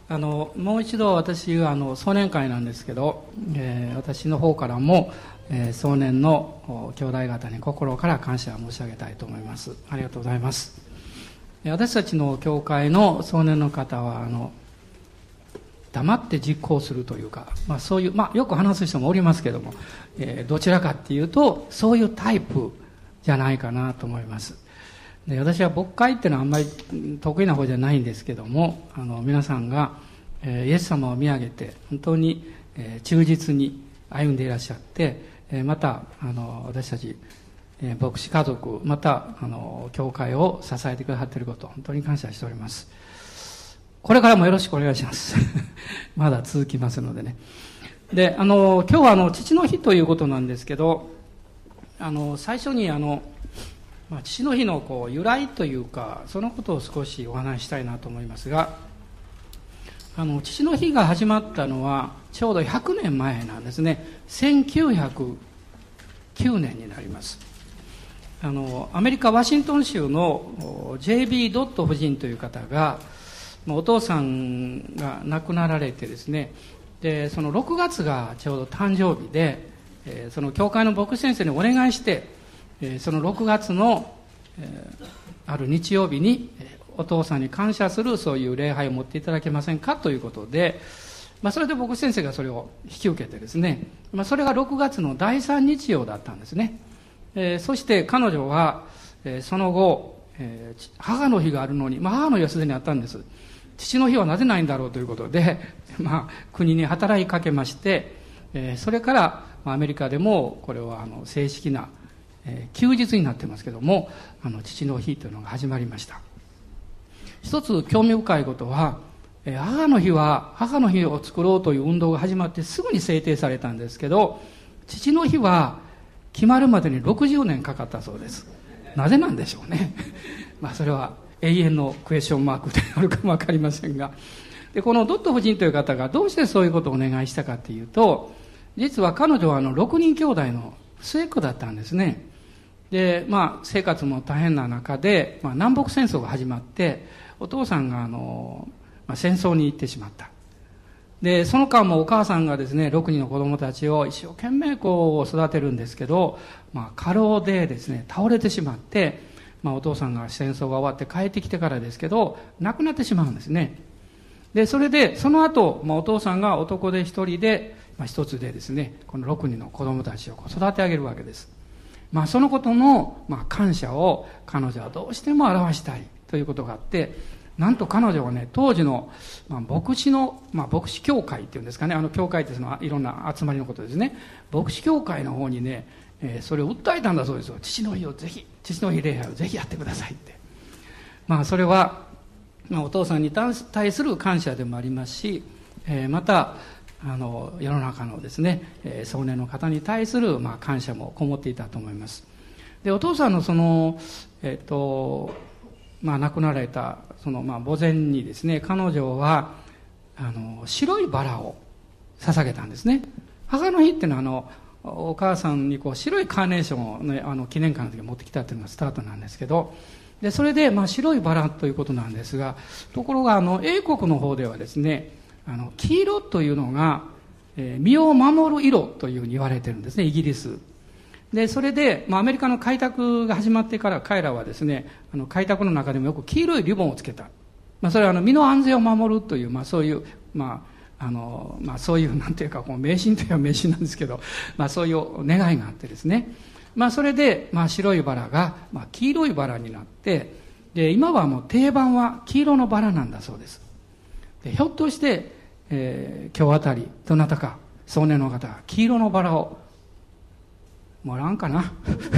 もう一度私は壮年会なんですけど、私の方からも、壮年の兄弟方に心から感謝を申し上げたいと思います。ありがとうございます。私たちの教会の壮年の方は黙って実行するというか、そういう、よく話す人もおりますけども、どちらかっていうとそういうタイプじゃないかなと思います。で、私は牧会っていうのはあんまり得意な方じゃないんですけども、皆さんが、イエス様を見上げて本当に、忠実に歩んでいらっしゃって、また私たち、牧師家族、また教会を支えてくださっていること、本当に感謝しております。これからもよろしくお願いしますまだ続きますのでね。で、今日は父の日ということなんですけど、最初に父の日の由来というか、そのことを少しお話ししたいなと思いますが、父の日が始まったのはちょうど100年前なんですね。1909年になります。アメリカ・ワシントン州の J.B. ドット夫人という方が、お父さんが亡くなられてですね、でその6月がちょうど誕生日で、その教会の牧師先生にお願いして、その6月の、ある日曜日にお父さんに感謝するそういう礼拝を持っていただけませんかということで、それで牧師先生がそれを引き受けてですね、それが6月の第3日曜だったんですね。そして彼女は、その後、母の日があるのに、母の日はすでにあったんです。父の日はなぜないんだろうということで、国に働きかけまして、それからアメリカでもこれは正式な、休日になってますけども、父の日というのが始まりました。一つ興味深いことは、母の日を作ろうという運動が始まってすぐに制定されたんですけど、父の日は決まるまでに60年かかったそうです。なぜなんでしょうねそれは永遠のクエスチョンマークであるかもわかりませんが、でこのドット夫人という方がどうしてそういうことをお願いしたかというと、実は彼女は6人兄弟の末っ子だったんですね。で、生活も大変な中で、南北戦争が始まって、お父さんが戦争に行ってしまった。で、その間もお母さんがですね、6人の子供たちを一生懸命育てるんですけど、過労でですね、倒れてしまって、お父さんが戦争が終わって帰ってきてからですけど、亡くなってしまうんですね。で、それで、その後、お父さんが男で一人で、一つでですね、この6人の子供たちを育て上げるわけです。そのことの、感謝を彼女はどうしても表したいということがあって、なんと彼女はね、当時の、牧師協会っていうんですかね、教会っていろんな集まりのことですね。牧師協会の方にね、それを訴えたんだそうですよ。父の日礼拝をぜひやってくださいって。それは、お父さんに対する感謝でもありますし、また、世の中のですね、壮年の方に対する、感謝もこもっていたと思います。で、お父さんの亡くなられた、墓前にですね、彼女は、白いバラを捧げたんですね。母の日っていうのは、お母さんに白いカーネーションを、ね、記念館の時に持ってきたっていうのがスタートなんですけど、で、それで、白いバラということなんですが、ところが、英国の方ではですね、黄色というのが、身を守る色というふうに言われてるんですね、イギリス。で、それで、アメリカの開拓が始まってから彼らはですね、開拓の中でもよく黄色いリボンをつけた。それは身の安全を守るという、そういう、そういう、なんていうか、迷信というのは迷信なんですけど、そういう願いがあってですね。それで、白いバラが、黄色いバラになって、で、今はもう定番は黄色のバラなんだそうです。で、ひょっとして、今日あたり、どなたか、壮年の方が黄色のバラを、もらんかな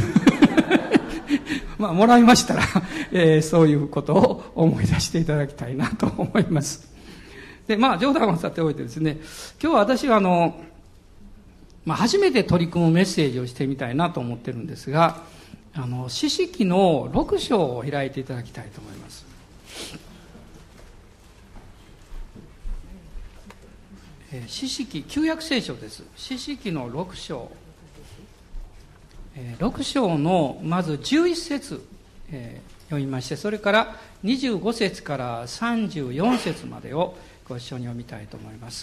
もらいましたら、そういうことを思い出していただきたいなと思います。で、冗談はさておいてですね、今日は私は初めて取り組むメッセージをしてみたいなと思ってるんですが、詩式の6章を開いていただきたいと思います。詩式、旧約聖書です。詩式の6章。6章のまず11節、読みまして、それから25節から34節までをご一緒に読みたいと思います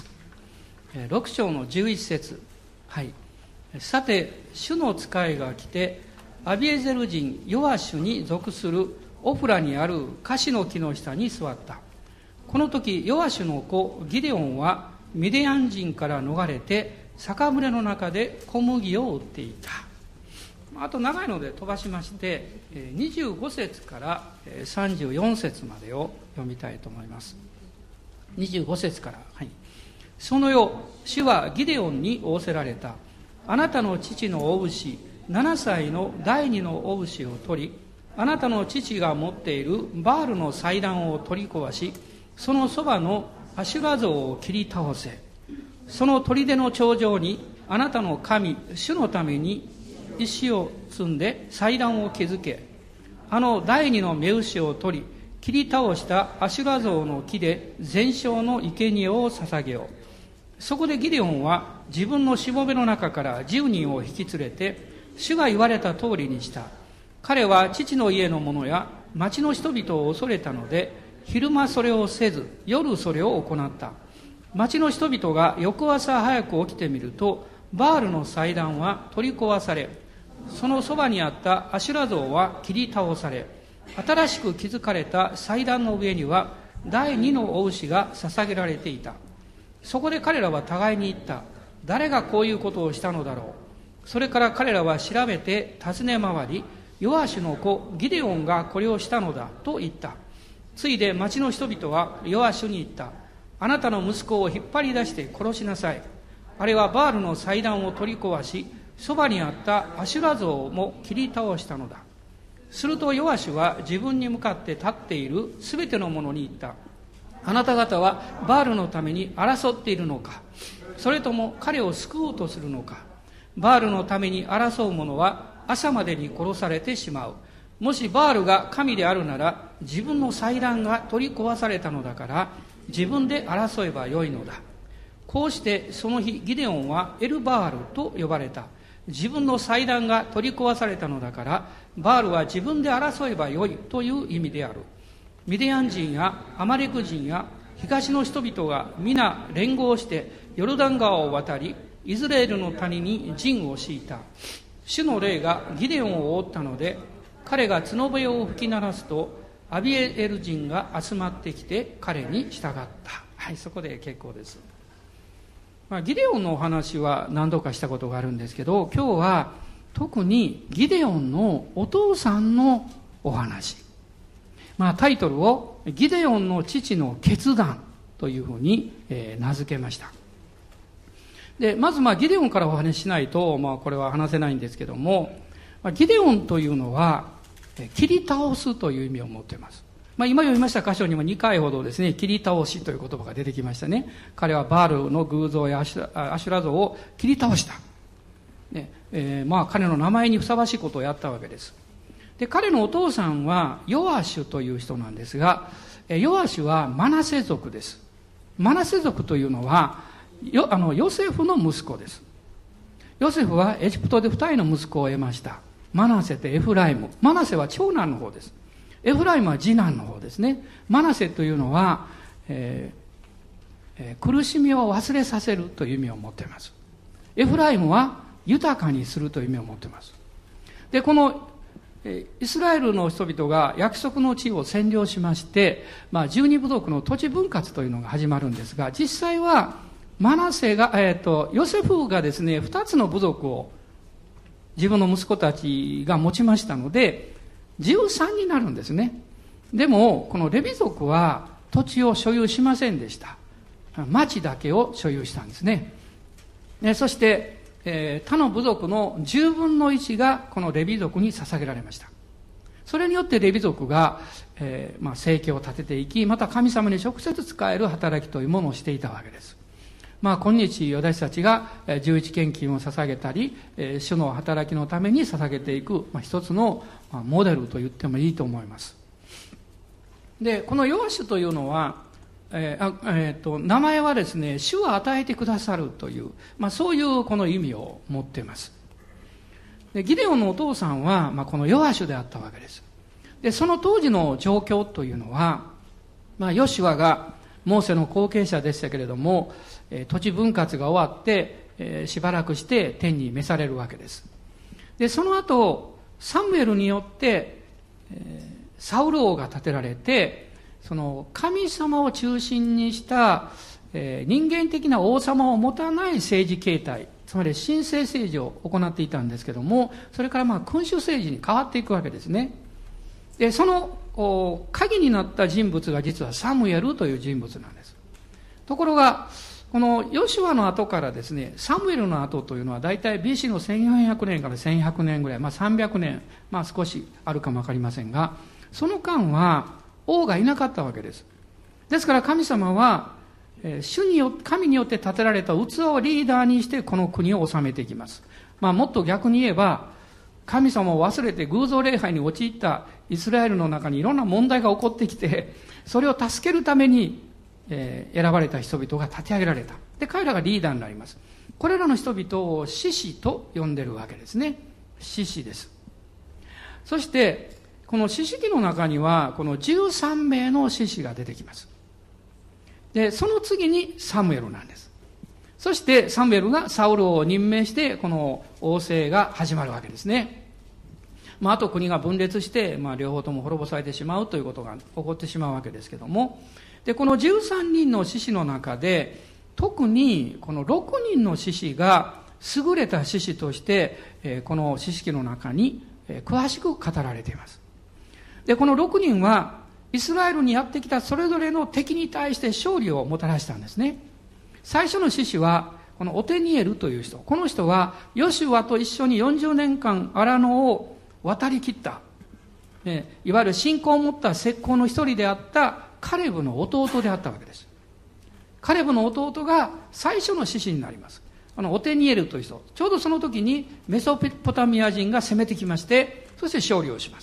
。6章の11節、はい。さて、主の使いが来て、アビエゼル人ヨアシュに属するオフラにあるカシの木の下に座った。この時、ヨアシュの子ギデオンはミディアン人から逃れて酒舟の中で小麦を売っていた。あと長いので飛ばしまして、25節から34節までを読みたいと思います。25節から、はい。その夜、主はギデオンに仰せられた。あなたの父のお牛、7歳の第二のお牛を取り、あなたの父が持っているバールの祭壇を取り壊し、そのそばのアシュラ像を切り倒せ。その砦の頂上にあなたの神、主のために石を積んで祭壇を築け、あの第二の目牛を取り、切り倒したアシュラ像の木で全焼の生贄を捧げよう。そこでギデオンは自分のしもべの中から10人を引き連れて、主が言われた通りにした。彼は父の家の者や町の人々を恐れたので、昼間それをせず、夜それを行った。町の人々が翌朝早く起きてみると、バールの祭壇は取り壊され、そのそばにあったアシュラ像は切り倒され、新しく築かれた祭壇の上には第二のお牛が捧げられていた。そこで彼らは互いに言った。誰がこういうことをしたのだろう。それから彼らは調べて尋ね回り、ヨアシュの子ギデオンがこれをしたのだと言った。ついで町の人々はヨアシュに言った。あなたの息子を引っ張り出して殺しなさい。あれはバールの祭壇を取り壊し、そばにあったアシュラ像も切り倒したのだ。するとヨアシュは自分に向かって立っているすべての者に言った。あなた方はバールのために争っているのか、それとも彼を救おうとするのか。バールのために争う者は朝までに殺されてしまう。もしバールが神であるなら、自分の祭壇が取り壊されたのだから自分で争えばよいのだ。こうしてその日ギデオンはエルバールと呼ばれた。自分の祭壇が取り壊されたのだから、バールは自分で争えばよいという意味である。ミディアン人やアマレク人や東の人々が皆連合してヨルダン川を渡り、イスラエルの谷に陣を敷いた。主の霊がギデオンを覆ったので、彼が角笛を吹き鳴らすとアビエル人が集まってきて彼に従った。はい、そこで結構です。ギデオンのお話は何度かしたことがあるんですけど、今日は特にギデオンのお父さんのお話。タイトルをギデオンの父の決断というふうに名付けました。で、まずギデオンからお話ししないと、これは話せないんですけども、ギデオンというのは切り倒すという意味を持っています。今読みました箇所にも2回ほどですね、切り倒しという言葉が出てきましたね。彼はバールの偶像やアシュラ像を切り倒した。彼の名前にふさわしいことをやったわけです。で、彼のお父さんはヨアシュという人なんですが、ヨアシュはマナセ族です。マナセ族というのはヨセフの息子です。ヨセフはエジプトで2人の息子を得ました。マナセとエフライム。マナセは長男の方です。エフライムは次男の方ですね。マナセというのは、苦しみを忘れさせるという意味を持っています。エフライムは豊かにするという意味を持っています。で、このイスラエルの人々が約束の地を占領しまして、12部族の土地分割というのが始まるんですが、実際はマナセが、ヨセフがですね、2つの部族を自分の息子たちが持ちましたので、13になるんですね。でも、このレビ族は土地を所有しませんでした。町だけを所有したんですね。そして、他の部族の10分の1がこのレビ族に捧げられました。それによってレビ族が、生計を立てていき、また神様に直接使える働きというものをしていたわけです。今日私たちが11献金を捧げたり、主の働きのために捧げていく、一つのモデルと言ってもいいと思います。で、このヨアシュというのは、名前はですね、主は与えてくださるという、そういうこの意味を持っています。で、ギデオンのお父さんは、このヨアシュであったわけです。で、その当時の状況というのは、ヨシュアがモーセの後継者でしたけれども、土地分割が終わって、しばらくして天に召されるわけです。でその後サムエルによって、サウル王が立てられて、その神様を中心にした、人間的な王様を持たない政治形態、つまり神聖政治を行っていたんですけども、それから君主政治に変わっていくわけですね。でその鍵になった人物が実はサムエルという人物なんです。ところがこのヨシュアの後からですね、サムエルの後というのはだいたい BC の1400年から1100年ぐらい、300年、少しあるかもわかりませんが、その間は王がいなかったわけです。ですから神様は神によって建てられた器をリーダーにしてこの国を治めていきます。もっと逆に言えば、神様を忘れて偶像礼拝に陥ったイスラエルの中にいろんな問題が起こってきて、それを助けるために選ばれた人々が立て上げられた。で彼らがリーダーになります。これらの人々を士師と呼んでるわけですね。士師です。そしてこの士師記の中にはこの13名の士師が出てきます。でその次にサムエルなんです。そしてサムエルがサウル王を任命してこの王政が始まるわけですね。あと国が分裂して、両方とも滅ぼされてしまうということが起こってしまうわけですけども、でこの13人の士師の中で特にこの6人の士師が優れた士師としてこの士師記の中に詳しく語られています。でこの6人はイスラエルにやってきたそれぞれの敵に対して勝利をもたらしたんですね。最初の士師はこのオテニエルという人、この人はヨシュアと一緒に40年間荒野を渡り切った、いわゆる信仰を持った石膏の一人であったカレブの弟であったわけです。カレブの弟が最初の士師になります。オテニエルという人、ちょうどその時にメソポタミア人が攻めてきまして、そして勝利をします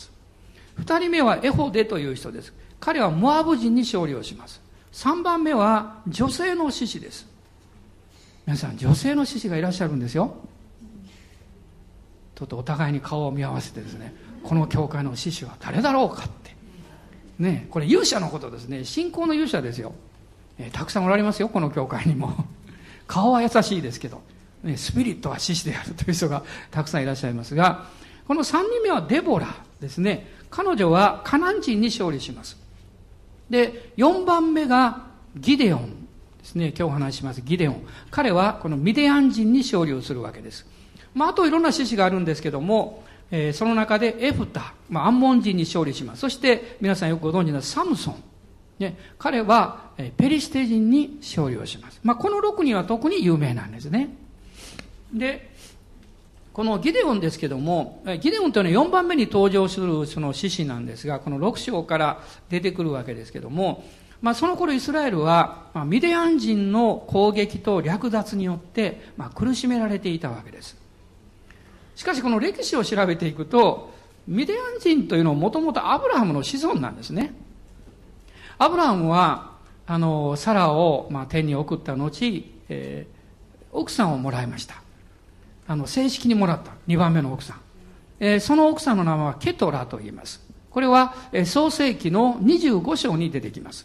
。2人目はエホデという人です。彼はモアブ人に勝利をします。3番目は女性の士師です。皆さん、女性の士師がいらっしゃるんですよ。ちょっとお互いに顔を見合わせてですね、この教会の士師は誰だろうかってね、これ勇者のことですね。信仰の勇者ですよ。たくさんおられますよ、この教会にも。顔は優しいですけど、スピリットは獅子であるという人がたくさんいらっしゃいますが、この3人目はデボラですね。彼女はカナン人に勝利します。で、4番目がギデオンですね。今日お話しますギデオン。彼はこのミディアン人に勝利をするわけです。あといろんな獅子があるんですけども、その中でエフタ、アンモン人に勝利します。そして皆さんよくご存知のサムソン、彼はペリシテ人に勝利をします。この6人は特に有名なんですね。でこのギデオンですけども、ギデオンというのは4番目に登場するその獅子なんですが、この6章から出てくるわけですけども、その頃イスラエルはミディアン人の攻撃と略奪によって苦しめられていたわけです。しかしこの歴史を調べていくと、ミディアン人というのはもともとアブラハムの子孫なんですね。アブラハムはサラを天に送った後、奥さんをもらいました。正式にもらった2番目の奥さん、その奥さんの名前はケトラと言います。これは創世記の25章に出てきます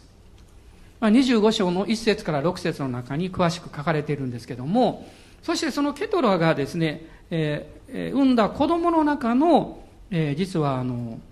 。25章の1節から6節の中に詳しく書かれているんですけども、そしてそのケトラがですね、産んだ子供の中の、実は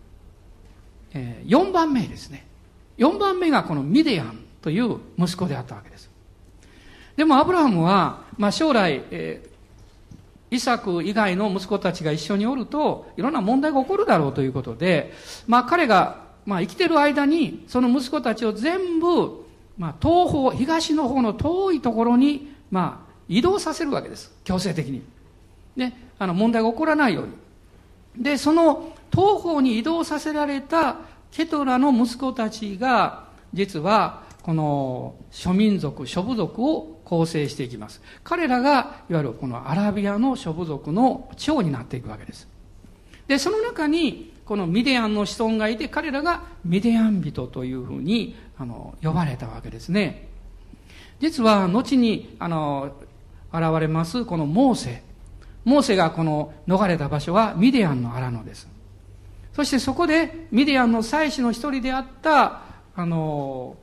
4番目ですね。4番目がこのミディアンという息子であったわけです。でもアブラハムは、将来、イサク以外の息子たちが一緒におるといろんな問題が起こるだろうということで、彼が、生きてる間にその息子たちを全部、東の方の遠いところに、移動させるわけです。強制的に。問題が起こらないように。で、その東方に移動させられたケトラの息子たちが、実はこの諸民族、諸部族を構成していきます。彼らがいわゆるこのアラビアの諸部族の長になっていくわけです。で、その中にこのミディアンの子孫がいて、彼らがミディアン人というふうに呼ばれたわけですね。実は後に現れますこのモーセがこの逃れた場所はミディアンの荒野です。そしてそこでミディアンの祭司の一人であった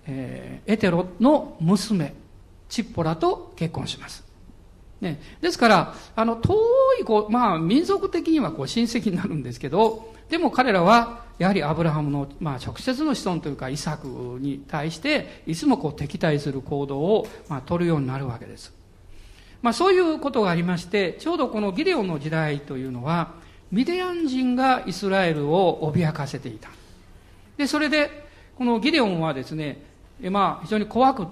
エテロの娘チッポラと結婚します、ね、ですから遠い民族的には親戚になるんですけど、でも彼らはやはりアブラハムの、直接の子孫というかイサクに対していつも敵対する行動を、取るようになるわけです。そういうことがありまして、ちょうどこのギデオンの時代というのはミディアン人がイスラエルを脅かせていた。でそれでこのギデオンはですね、非常に怖くって、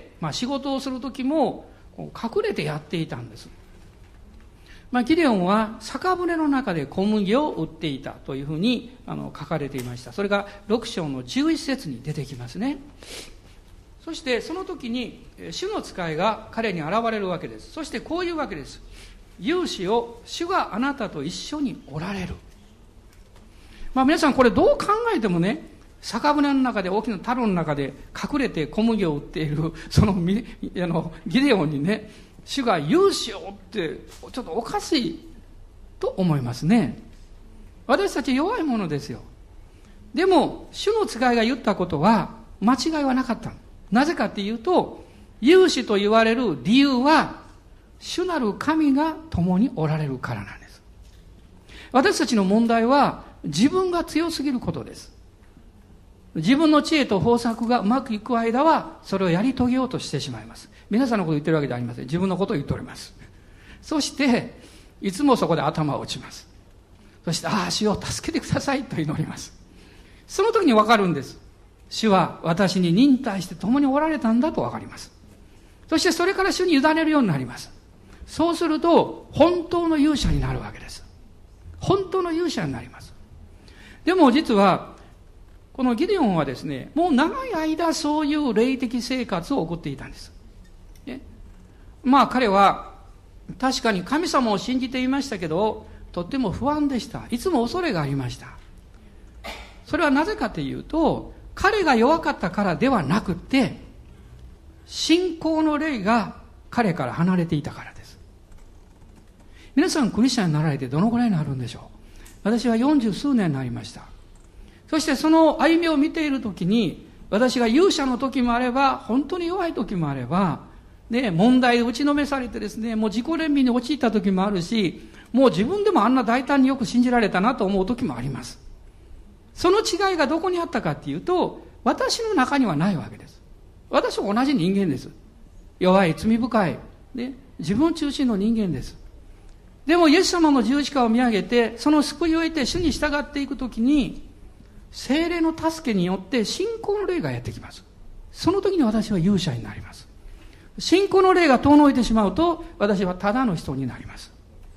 仕事をする時も隠れてやっていたんです。ギデオンは酒舟の中で小麦を売っていたというふうに書かれていました。それが6章の11節に出てきますね。そしてその時に主の使いが彼に現れるわけです。そしてこういうわけです。勇士を主があなたと一緒におられる。皆さんこれどう考えてもね、酒舟の中で大きな樽の中で隠れて小麦を売っているそのギデオンにね、主が勇士をってちょっとおかしいと思いますね。私たち弱いものですよ。でも主の使いが言ったことは間違いはなかったの。なぜかっていうと、勇士と言われる理由は主なる神が共におられるからなんです。私たちの問題は自分が強すぎることです。自分の知恵と方策がうまくいく間はそれをやり遂げようとしてしまいます。皆さんのことを言ってるわけではありません。自分のことを言っております。そしていつもそこで頭を打ちます。そして主を助けてくださいと祈ります。その時に分かるんです。主は私に忍耐して共におられたんだと分かります。そしてそれから主に委ねるようになります。そうすると本当の勇者になるわけです。本当の勇者になります。でも実はこのギデオンはですね、もう長い間そういう霊的生活を送っていたんです。ね、彼は確かに神様を信じていましたけど、とっても不安でした。いつも恐れがありました。それはなぜかというと、彼が弱かったからではなくて、信仰の霊が彼から離れていたからです。皆さんクリスチャンになられてどのくらいになるんでしょう。私は40数年になりました。そしてその歩みを見ているときに、私が勇者の時もあれば、本当に弱い時もあれば、問題で打ちのめされてですね、もう自己憐憫に陥った時もあるし、もう自分でもあんな大胆によく信じられたなと思う時もあります。その違いがどこにあったかっていうと、私の中にはないわけです。私は同じ人間です。弱い、罪深い、自分中心の人間です。でもイエス様の十字架を見上げて、その救いを得て主に従っていくときに、聖霊の助けによって信仰の霊がやってきます。その時に私は勇者になります。信仰の霊が遠のいてしまうと、私はただの人になります。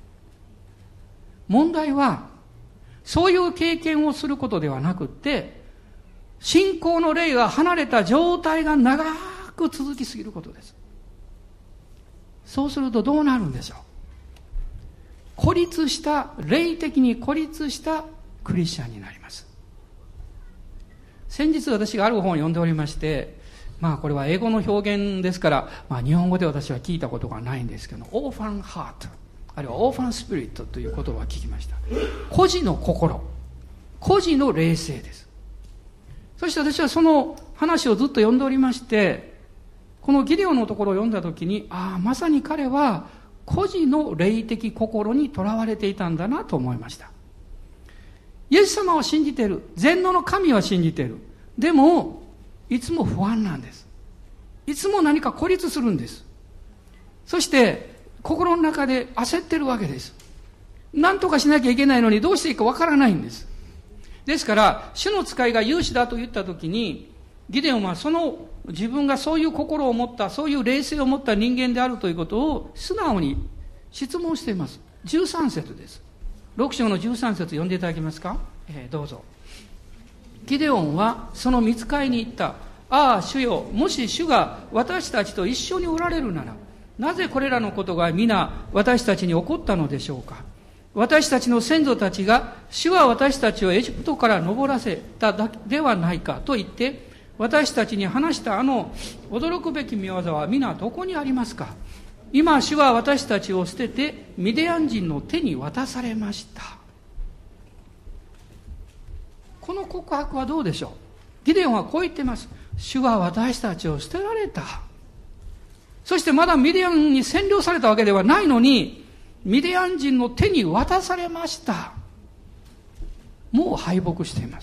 問題は、そういう経験をすることではなくって、信仰の霊が離れた状態が長く続きすぎることです。そうするとどうなるんでしょう。孤立した、霊的に孤立したクリスチャンになります。先日私がある本を読んでおりまして、これは英語の表現ですから、日本語で私は聞いたことがないんですけど、オーファンハート、あるいはオーファンスピリットという言葉を聞きました。孤児の心、孤児の霊性です。そして私はその話をずっと読んでおりまして、このギデオンのところを読んだときに、まさに彼は孤児の霊的心にとらわれていたんだなと思いました。イエス様を信じている。全能の神は信じている。でも、いつも不安なんです。いつも何か孤立するんです。そして、心の中で焦ってるわけです。何とかしなきゃいけないのにどうしていいかわからないんです。ですから、主の使いが勇士だと言ったときに、ギデオンはその自分がそういう心を持った、そういう霊性を持った人間であるということを素直に質問しています。13節です。6章の13節読んでいただけますか。どうぞ。ギデオンはその御使いに言った。主よ、もし主が私たちと一緒におられるなら、なぜこれらのことが皆私たちに起こったのでしょうか。私たちの先祖たちが、主は私たちをエジプトから登らせただけではないかと言って、私たちに話した驚くべき見業は皆どこにありますか。今主は私たちを捨ててミディアン人の手に渡されました。この告白はどうでしょう。ギデオンはこう言っています。 主は私たちを捨てられた。そしてまだミディアンに占領されたわけではないのに、ミディアン人の手に渡されました。もう敗北しています。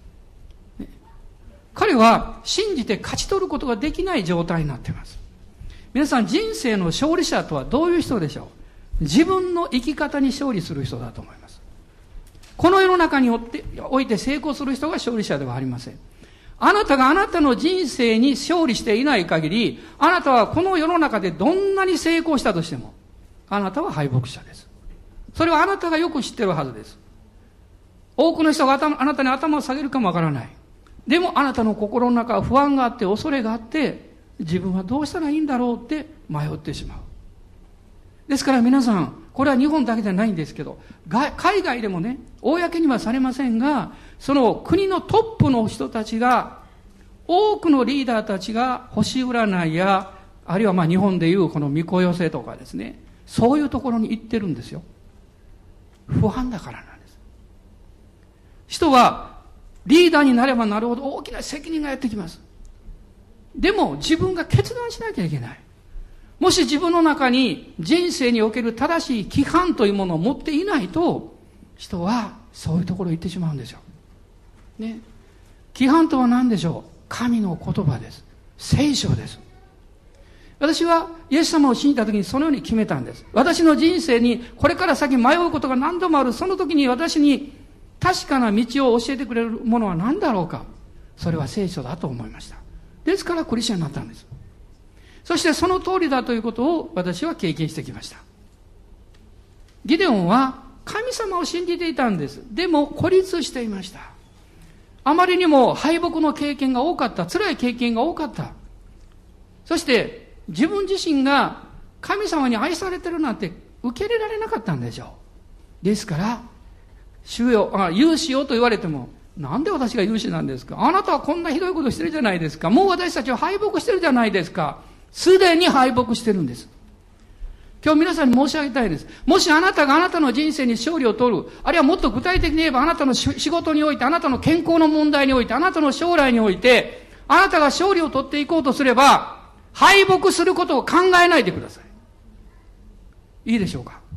彼は信じて勝ち取ることができない状態になっています。皆さん、人生の勝利者とはどういう人でしょう？自分の生き方に勝利する人だと思います。この世の中において成功する人が勝利者ではありません。あなたがあなたの人生に勝利していない限り、あなたはこの世の中でどんなに成功したとしても、あなたは敗北者です。それはあなたがよく知っているはずです。多くの人があなたに頭を下げるかもわからない。でもあなたの心の中は不安があって恐れがあって、自分はどうしたらいいんだろうって迷ってしまう。ですから皆さん、これは日本だけじゃないんですけど、海外でもね、公にはされませんが、その国のトップの人たちが、多くのリーダーたちが星占いや、あるいは日本でいうこの巫女寄せとかですね、そういうところに行ってるんですよ。不安だからなんです。人はリーダーになればなるほど大きな責任がやってきます。でも自分が決断しなきゃいけない。もし自分の中に人生における正しい規範というものを持っていないと、人はそういうところに行ってしまうんですよ。ね。規範とは何でしょう？神の言葉です。聖書です。私はイエス様を信じた時にそのように決めたんです。私の人生にこれから先迷うことが何度もある。その時に私に確かな道を教えてくれるものは何だろうか。それは聖書だと思いました。ですからクリスチャンになったんです。そしてその通りだということを私は経験してきました。ギデオンは神様を信じていたんです。でも孤立していました。あまりにも敗北の経験が多かった。辛い経験が多かった。そして自分自身が神様に愛されてるなんて受け入れられなかったんでしょう。ですから主よ、勇士よと言われても、なんで私が勇士なんですか？あなたはこんなひどいことしてるじゃないですか。もう私たちは敗北してるじゃないですか。すでに敗北してるんです。今日皆さんに申し上げたいです。もしあなたがあなたの人生に勝利を取る、あるいはもっと具体的に言えばあなたの仕事において、あなたの健康の問題において、あなたの将来において、あなたが勝利を取っていこうとすれば、敗北することを考えないでください。いいでしょうか？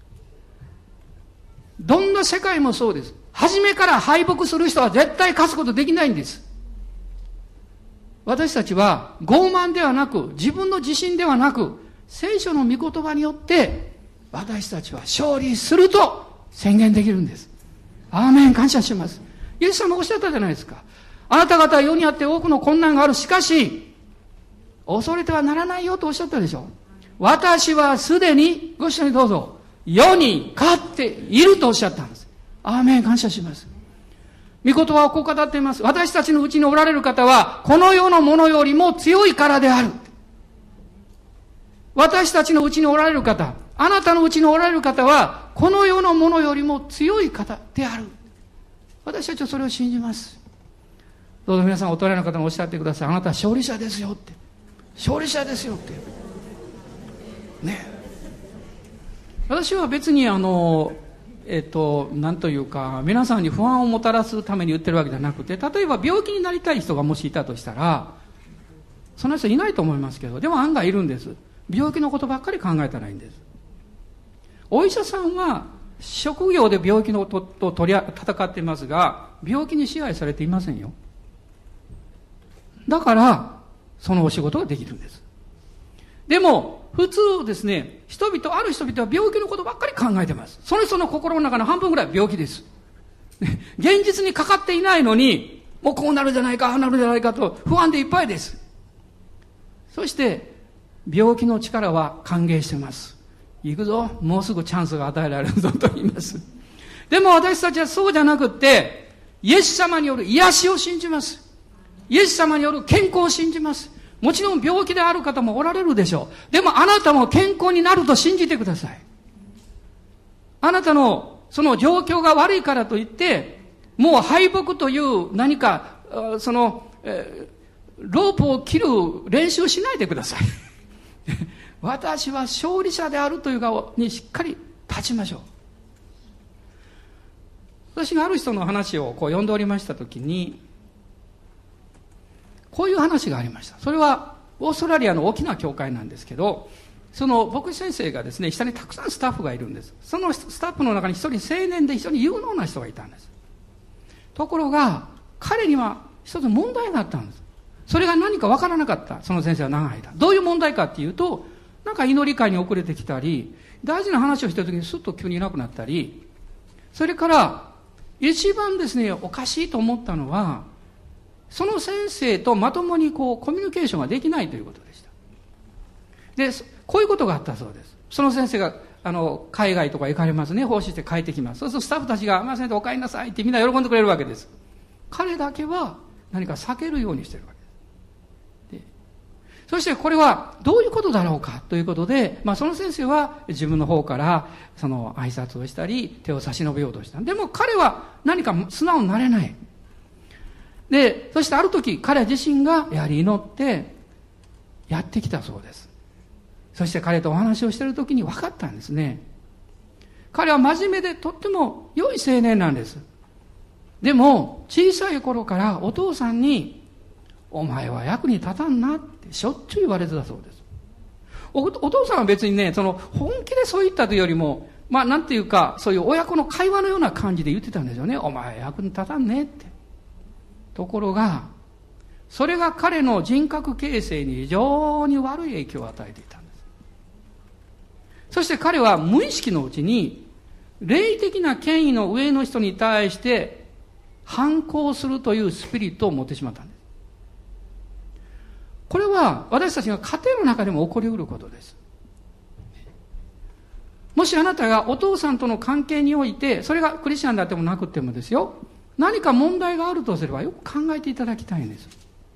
どんな世界もそうです。初めから敗北する人は絶対勝つことできないんです。私たちは傲慢ではなく、自分の自信ではなく、聖書の御言葉によって私たちは勝利すると宣言できるんです。アーメン、感謝します。イエス様おっしゃったじゃないですか。あなた方は世にあって多くの困難がある。しかし恐れてはならないよとおっしゃったでしょ。私はすでに、ご一緒にどうぞ、世に勝っているとおっしゃったんです。アーメン、感謝します。御言葉をこう語っています。私たちのうちにおられる方はこの世のものよりも強いからである。私たちのうちにおられる方、あなたのうちにおられる方はこの世のものよりも強い方である。私たちはそれを信じます。どうぞ皆さんお隣の方におっしゃってください。あなたは勝利者ですよって。勝利者ですよってね。私は別になんというか、皆さんに不安をもたらすために言ってるわけじゃなくて、例えば病気になりたい人がもしいたとしたら、その人いないと思いますけど、でも案外いるんです。病気のことばっかり考えたらいいんです。お医者さんは職業で病気のと戦っていますが、病気に支配されていませんよ。だからそのお仕事ができるんです。でも普通ですね、ある人々は病気のことばっかり考えてます。その人の心の中の半分ぐらい病気です。現実にかかっていないのに、もうこうなるじゃないか、ああなるじゃないかと不安でいっぱいです。そして病気の力は歓迎してます。行くぞ、もうすぐチャンスが与えられるぞと言います。でも私たちはそうじゃなくって、イエス様による癒しを信じます。イエス様による健康を信じます。もちろん病気である方もおられるでしょう。でもあなたも健康になると信じてください。あなたのその状況が悪いからといって、もう敗北という何か、ロープを切る練習をしないでください。私は勝利者であるという側にしっかり立ちましょう。私がある人の話を読んでおりましたときに、 こういう話がありました。それはオーストラリアの大きな教会なんですけど、その牧師先生がですね、下にたくさんスタッフがいるんです。そのスタッフの中に一人青年で一人有能な人がいたんです。ところが彼には一つ問題があったんです。それが何かわからなかった。その先生は長い間。どういう問題かっていうと、なんか祈り会に遅れてきたり、大事な話をしてる時にスッと急にいなくなったり、それから一番ですね、おかしいと思ったのは、その先生とまともにコミュニケーションができないということでした。で、こういうことがあったそうです。その先生が海外とか行かれますね。奉仕して帰ってきます。そうするとスタッフたちが、先生お帰りなさいってみんな喜んでくれるわけです。彼だけは何か避けるようにしているわけです。で、そしてこれはどういうことだろうかということで、その先生は自分の方からその挨拶をしたり手を差し伸べようとした。でも彼は何か素直になれない。で、そしてある時彼自身がやはり祈ってやってきたそうです。そして彼とお話をしている時に分かったんですね。彼は真面目でとっても良い青年なんです。でも小さい頃からお父さんにお前は役に立たんなってしょっちゅう言われてたそうです。お父さんは別にね、本気でそう言ったというよりも、なんていうか、そういう親子の会話のような感じで言ってたんですよね。お前役に立たんねって。ところが、それが彼の人格形成に非常に悪い影響を与えていたんです。そして彼は無意識のうちに、霊的な権威の上の人に対して反抗するというスピリットを持ってしまったんです。これは私たちが家庭の中でも起こりうることです。もしあなたがお父さんとの関係において、それがクリスチャンであってもなくてもですよ、何か問題があるとすればよく考えていただきたいんです。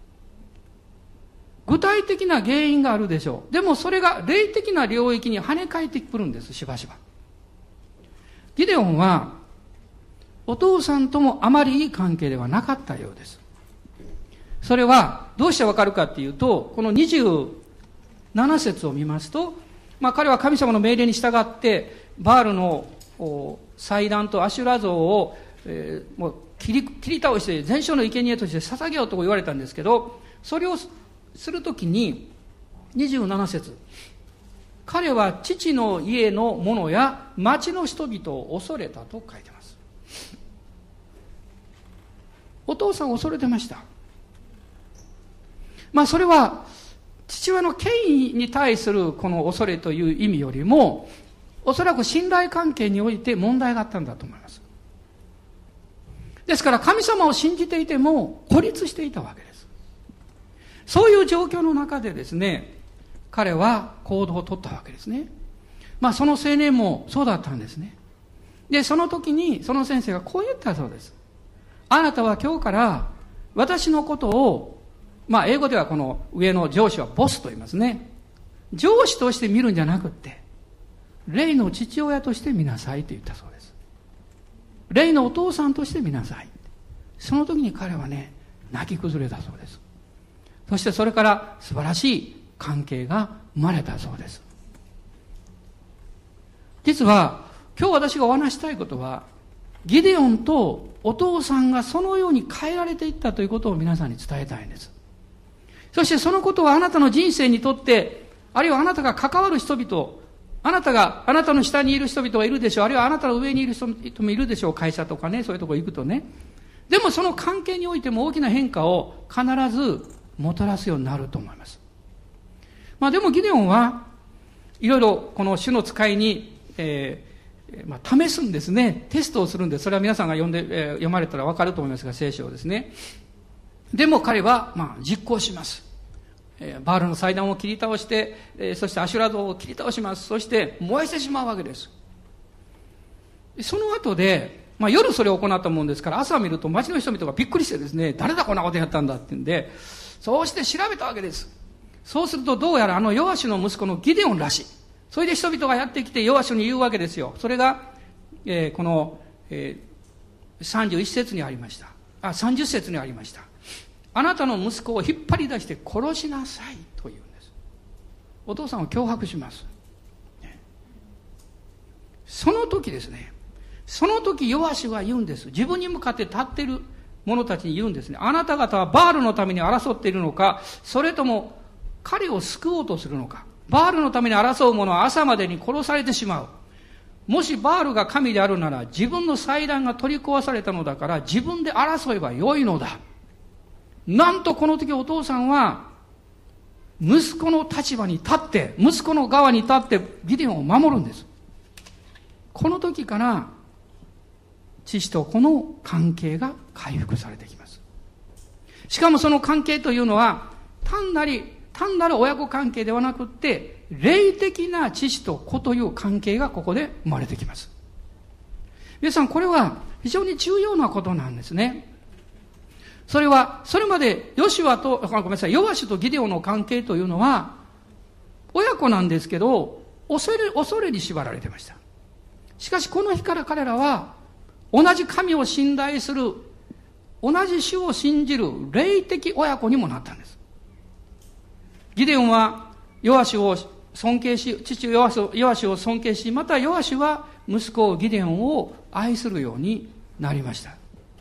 具体的な原因があるでしょう。でもそれが霊的な領域に跳ね返ってくるんです、しばしば。ギデオンはお父さんともあまりいい関係ではなかったようです。それはどうしてわかるかっていうと、この27節を見ますと、彼は神様の命令に従ってバールの祭壇とアシュラ像を、もう切り倒して全焼の生贄として捧げようと言われたんですけど、それをするときに27節、彼は父の家の者や町の人々を恐れたと書いてます。お父さんを恐れてました。それは父親の権威に対するこの恐れという意味よりも、おそらく信頼関係において問題があったんだと思います。ですから神様を信じていても孤立していたわけです。そういう状況の中でですね、彼は行動を取ったわけですね。その青年もそうだったんですね。で、その時にその先生がこう言ったそうです。あなたは今日から私のことを、英語ではこの上の上司はボスと言いますね。上司として見るんじゃなくって、霊の父親として見なさいと言ったそうです。霊のお父さんとして見なさい。その時に彼はね、泣き崩れたそうです。そしてそれから素晴らしい関係が生まれたそうです。実は今日私がお話したいことは、ギデオンとお父さんがそのように変えられていったということを皆さんに伝えたいんです。そしてそのことはあなたの人生にとって、あるいはあなたが関わる人々、あなたの下にいる人々がいるでしょう。あるいはあなたの上にいる人もいるでしょう。会社とかね、そういうところ行くとね。でもその関係においても大きな変化を必ずもたらすようになると思います。でもギデオンはいろいろこの主の使いに、試すんですね。テストをするんです。それは皆さんが読まれたら分かると思いますが、聖書をですね。でも彼は実行します。バールの祭壇を切り倒して、そしてアシュラ像を切り倒します。そして燃やしてしまうわけです。その後で、夜それを行ったもんですから、朝見ると町の人々がびっくりしてですね、誰だこんなことやったんだって言うんで、そうして調べたわけです。そうするとどうやらヨアシュの息子のギデオンらしい。それで人々がやってきてヨアシュに言うわけですよ。それが、この、31節にありました。30節にありました。あなたの息子を引っ張り出して殺しなさいと言うんです。お父さんを脅迫します。その時ですね、その時ヨアシュは言うんです。自分に向かって立っている者たちに言うんですね。あなた方はバールのために争っているのか、それとも彼を救おうとするのか。バールのために争う者は朝までに殺されてしまう。もしバールが神であるなら、自分の祭壇が取り壊されたのだから自分で争えばよいのだ。なんとこの時お父さんは息子の立場に立って、息子の側に立ってギデオンを守るんです。この時から父と子の関係が回復されてきます。しかもその関係というのは単なる親子関係ではなくって、霊的な父と子という関係がここで生まれてきます。皆さん、これは非常に重要なことなんですね。それは、それまでヨアシュとギデオンの関係というのは、親子なんですけど、恐れに縛られていました。しかしこの日から彼らは、同じ神を信頼する、同じ主を信じる霊的親子にもなったんです。ギデオンはヨアシュを尊敬し、父ヨアシュを尊敬し、またヨアシュは息子ギデオンを愛するようになりました。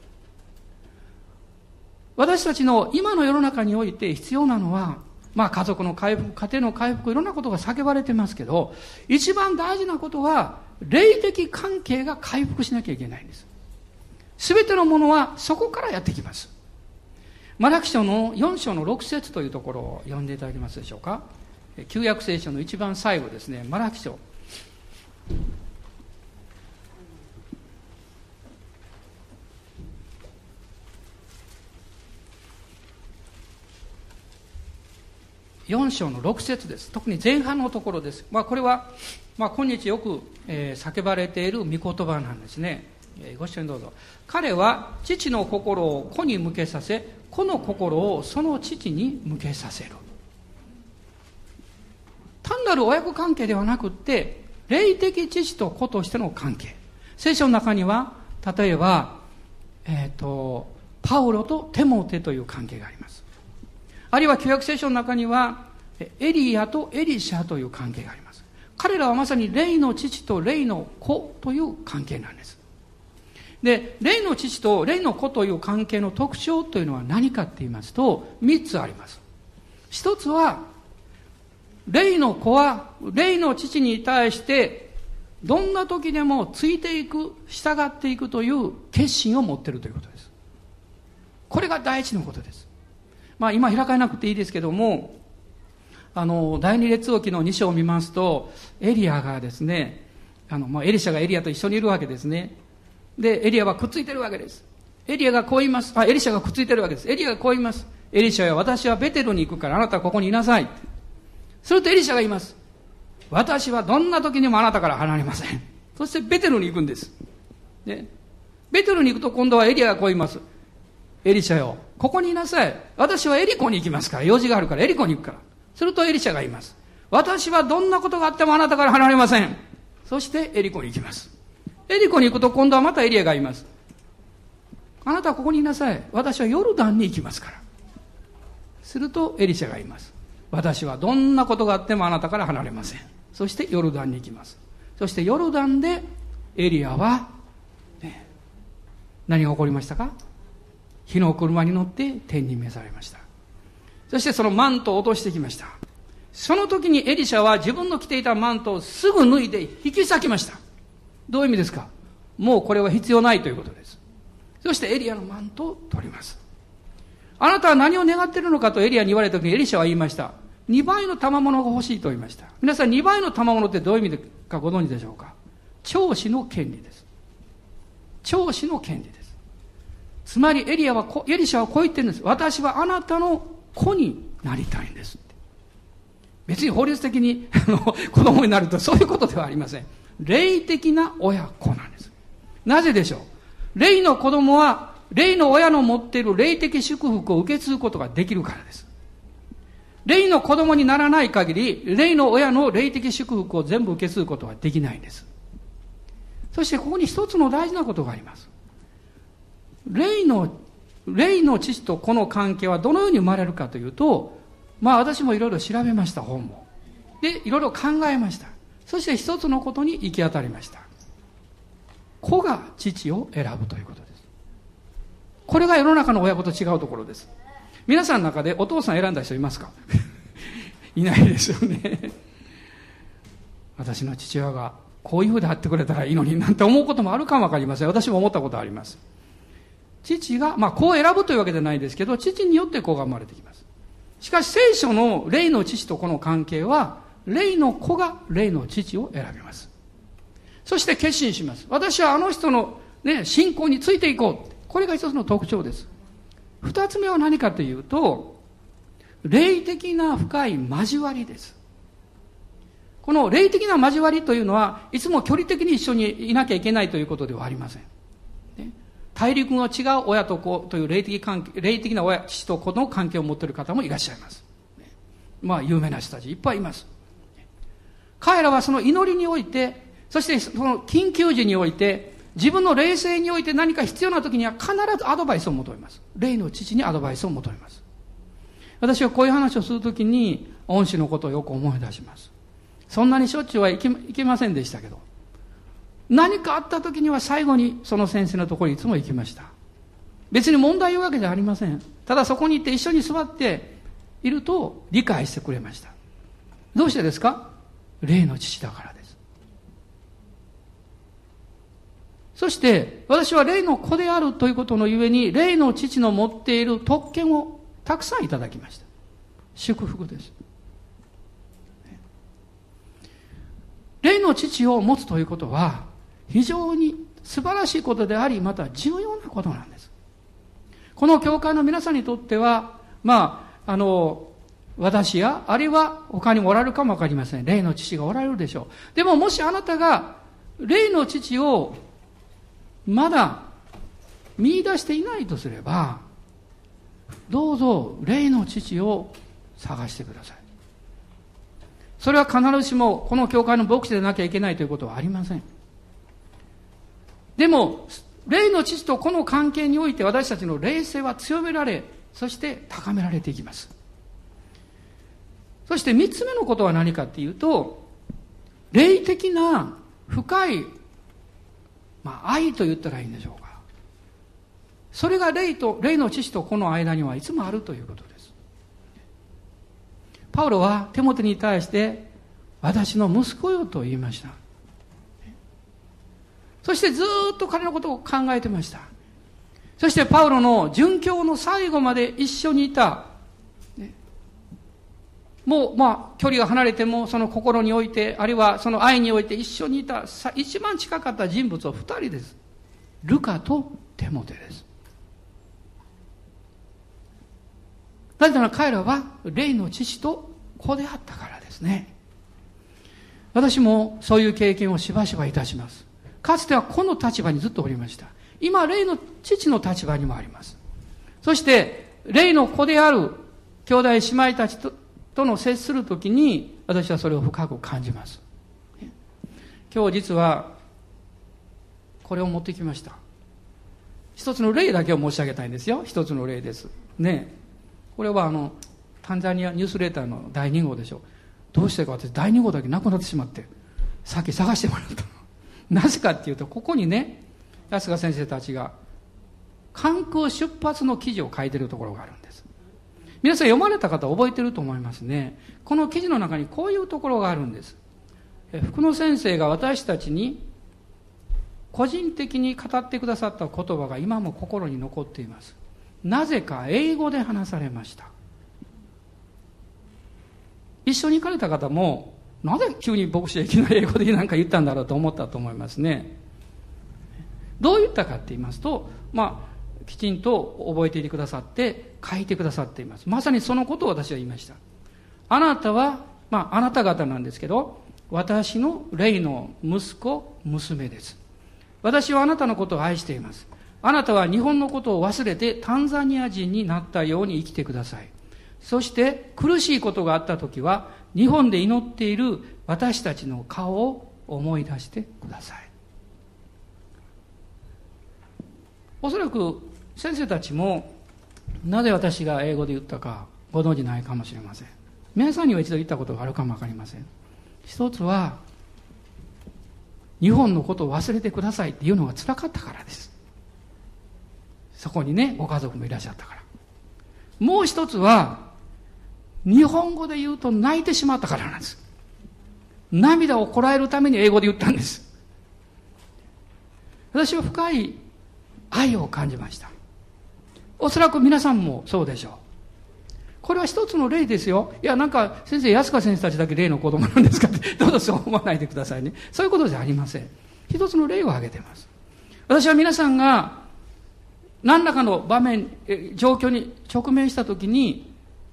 私たちの今の世の中において必要なのは、家族の回復、家庭の回復、いろんなことが叫ばれてますけど、一番大事なことは、霊的関係が回復しなきゃいけないんです。すべてのものはそこからやってきます。マラキ書の4章の6節というところを読んでいただけますでしょうか。旧約聖書の一番最後ですね、マラキ書。4章の6節です。特に前半のところです。これは、今日よく、叫ばれている御言葉なんですね。ご一緒にどうぞ。彼は父の心を子に向けさせ、子の心をその父に向けさせる。単なる親子関係ではなくって、霊的父と子としての関係。聖書の中には、例えば、パウロとテモテという関係があります。あるいは旧約聖書の中にはエリアとエリシャという関係があります。彼らはまさに霊の父と霊の子という関係なんです。で、霊の父と霊の子という関係の特徴というのは何かって言いますと、3つあります。一つは、霊の子は霊の父に対してどんな時でもついていく、従っていくという決心を持っているということです。これが第一のことです。今開かなくていいですけども、第二列王記の2章を見ますと、エリアがですね、エリシャがエリアと一緒にいるわけですね。で、エリアはくっついてるわけです。エリシャがくっついてるわけです。エリアがこう言います。エリシャよ、私はベテルに行くからあなたはここにいなさい。するとエリシャが言います。私はどんな時にもあなたから離れません。そしてベテルに行くんです。で、ベテルに行くと今度はエリアがこう言います。エリシャよ、ここにいなさい。私はエリコに行きますから、用事があるからエリコに行くから。するとエリシャが言います。私はどんなことがあってもあなたから離れません。そしてエリコに行きます。エリコに行くと今度はまたエリアが言います。あなたはここにいなさい。私はヨルダンに行きますから。するとエリシャが言います。私はどんなことがあってもあなたから離れません。そしてヨルダンに行きます。そしてヨルダンでエリアは、何が起こりましたか？火の車に乗って天に召されました。そしてそのマントを落としてきました。その時にエリシャは自分の着ていたマントをすぐ脱いで引き裂きました。どういう意味ですか？もうこれは必要ないということです。そしてエリアのマントを取ります。あなたは何を願っているのかとエリアに言われた時にエリシャは言いました。2倍の賜物が欲しいと言いました。皆さん、2倍の賜物ってどういう意味かご存知でしょうか？長子の権利です。長子の権利です。つまりエリシャはこう言ってるんです。私はあなたの子になりたいんですって。別に法律的に子供になるとそういうことではありません。霊的な親子なんです。なぜでしょう？霊の子供は霊の親の持っている霊的祝福を受け継ぐことができるからです。霊の子供にならない限り、霊の親の霊的祝福を全部受け継ぐことはできないんです。そしてここに一つの大事なことがあります。霊の父と子の関係はどのように生まれるかというと、私もいろいろ調べました、本も。で、いろいろ考えました。そして一つのことに行き当たりました。子が父を選ぶということです。 これが世の中の親子と違うところです。皆さんの中でお父さん選んだ人いますか？いないですよね。私の父親がこういうふうであってくれたらいいのになんて思うこともあるかもわかりません。私も思ったことあります。父が、こう選ぶというわけじゃないですけど、父によって子が生まれてきます。しかし聖書の霊の父と子の関係は、霊の子が霊の父を選びます。そして決心します。私はあの人のね、信仰についていこう。これが一つの特徴です。二つ目は何かというと、霊的な深い交わりです。この霊的な交わりというのは、いつも距離的に一緒にいなきゃいけないということではありません。大陸の違う親と子という霊的な親、父と子の関係を持っている方もいらっしゃいます。有名な人たちいっぱいいます。彼らはその祈りにおいて、そしてその緊急時において、自分の霊性において何か必要な時には必ずアドバイスを求めます。霊の父にアドバイスを求めます。私はこういう話をするときに、恩師のことをよく思い出します。そんなにしょっちゅうはいけませんでしたけど、何かあった時には最後にその先生のところにいつも行きました。別に問題言うわけじゃありません。ただそこに行って一緒に座っていると理解してくれました。どうしてですか？霊の父だからです。そして私は霊の子であるということのゆえに、霊の父の持っている特権をたくさんいただきました。祝福です。霊の父を持つということは非常に素晴らしいことであり、また重要なことなんです。この教会の皆さんにとっては、私や、あるいは他にもおられるかもわかりません。霊の父がおられるでしょう。でももしあなたが霊の父をまだ見出していないとすれば、どうぞ霊の父を探してください。それは必ずしもこの教会の牧師でなきゃいけないということはありません。でも霊の父とこの関係において私たちの霊性は強められ、そして高められていきます。そして三つ目のことは何かっていうと、霊的な深い、愛と言ったらいいんでしょうか。それが霊の父と子の間にはいつもあるということです。パウロはテモテに対して私の息子よと言いました。そしてずっと彼のことを考えてました。そしてパウロの殉教の最後まで一緒にいた、もう距離が離れてもその心において、あるいはその愛において一緒にいた一番近かった人物は二人です。ルカとテモテです。なぜなら彼らは霊の父と子であったからですね。私もそういう経験をしばしばいたします。かつては子の立場にずっとおりました。今霊の父の立場にもあります。そして霊の子である兄弟姉妹たちとの接するときに私はそれを深く感じます。今日実はこれを持ってきました。一つの例だけを申し上げたいんですよ。一つの例ですね。これはタンザニアニュースレターの第2号でしょう。どうしてか私第2号だけなくなってしまってさっき探してもらったの。なぜかっていうと、ここにね、安賀先生たちが関空出発の記事を書いているところがあるんです。皆さん読まれた方覚えてると思いますね。この記事の中にこういうところがあるんです。福野先生が私たちに個人的に語ってくださった言葉が今も心に残っています。なぜか英語で話されました。一緒に行かれた方もなぜ急に牧師はいきなり英語で何か言ったんだろうと思ったと思いますね。どう言ったかって言いますと、きちんと覚えていてくださって書いてくださっています。まさにそのことを私は言いました。あなたは、あなた方なんですけど、私の霊の息子、娘です。私はあなたのことを愛しています。あなたは日本のことを忘れてタンザニア人になったように生きてください。そして苦しいことがあったときは日本で祈っている私たちの顔を思い出してください。おそらく先生たちもなぜ私が英語で言ったかご存じないかもしれません。皆さんには一度言ったことがあるかもわかりません。一つは日本のことを忘れてくださいっていうのが辛かったからです。 そこにね、ご家族もいらっしゃったから。もう一つは、日本語で言うと泣いてしまったからなんです。涙をこらえるために英語で言ったんです。私は深い愛を感じました。おそらく皆さんもそうでしょう。これは一つの例ですよ。いや、なんか先生、安川先生たちだけ例の子供なんですかって、どうぞそう思わないでくださいね。そういうことじゃありません。一つの例を挙げています。私は皆さんが何らかの場面、状況に直面したときに、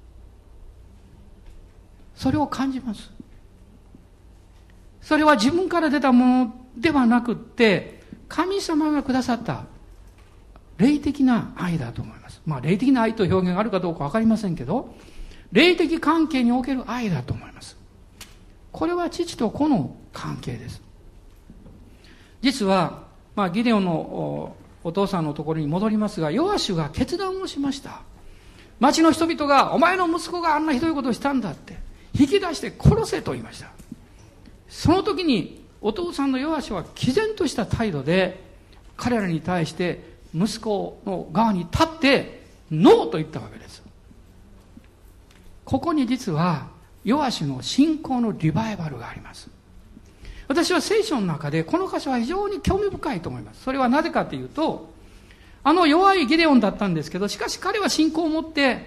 それを感じます。それは自分から出たものではなくって、神様がくださった霊的な愛だと思います。まあ、霊的な愛という表現があるかどうかわかりませんけど、霊的関係における愛だと思います。これは父と子の関係です。実は、まあ、ギデオンのお父さんのところに戻りますが、ヨアシュが決断をしました。町の人々が、お前の息子があんなひどいことをしたんだって、引き出して殺せと言いました。その時に、お父さんのヨアシュは毅然とした態度で、彼らに対して息子の側に立って、ノーと言ったわけです。ここに実は、ヨアシュの信仰のリバイバルがあります。私は聖書の中でこの箇所は非常に興味深いと思います。それはなぜかというと、弱いギデオンだったんですけど、しかし彼は信仰を持って、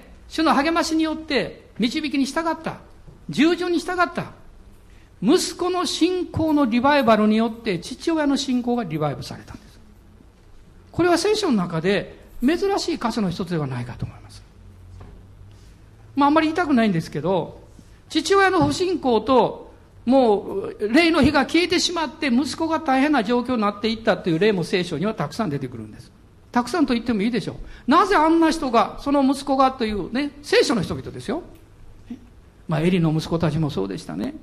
主の励ましによって導きに従った。従順に従った。息子の信仰のリバイバルによって父親の信仰がリバイブされたんです。これは聖書の中で珍しい箇所の一つではないかと思います。まああんまり言いたくないんですけど、父親の不信仰ともう霊の火が消えてしまって息子が大変な状況になっていったという例も聖書にはたくさん出てくるんです。たくさんと言ってもいいでしょう。なぜあんな人が、その息子がというね、聖書の人々ですよ。まあエリの息子たちもそうでしたね。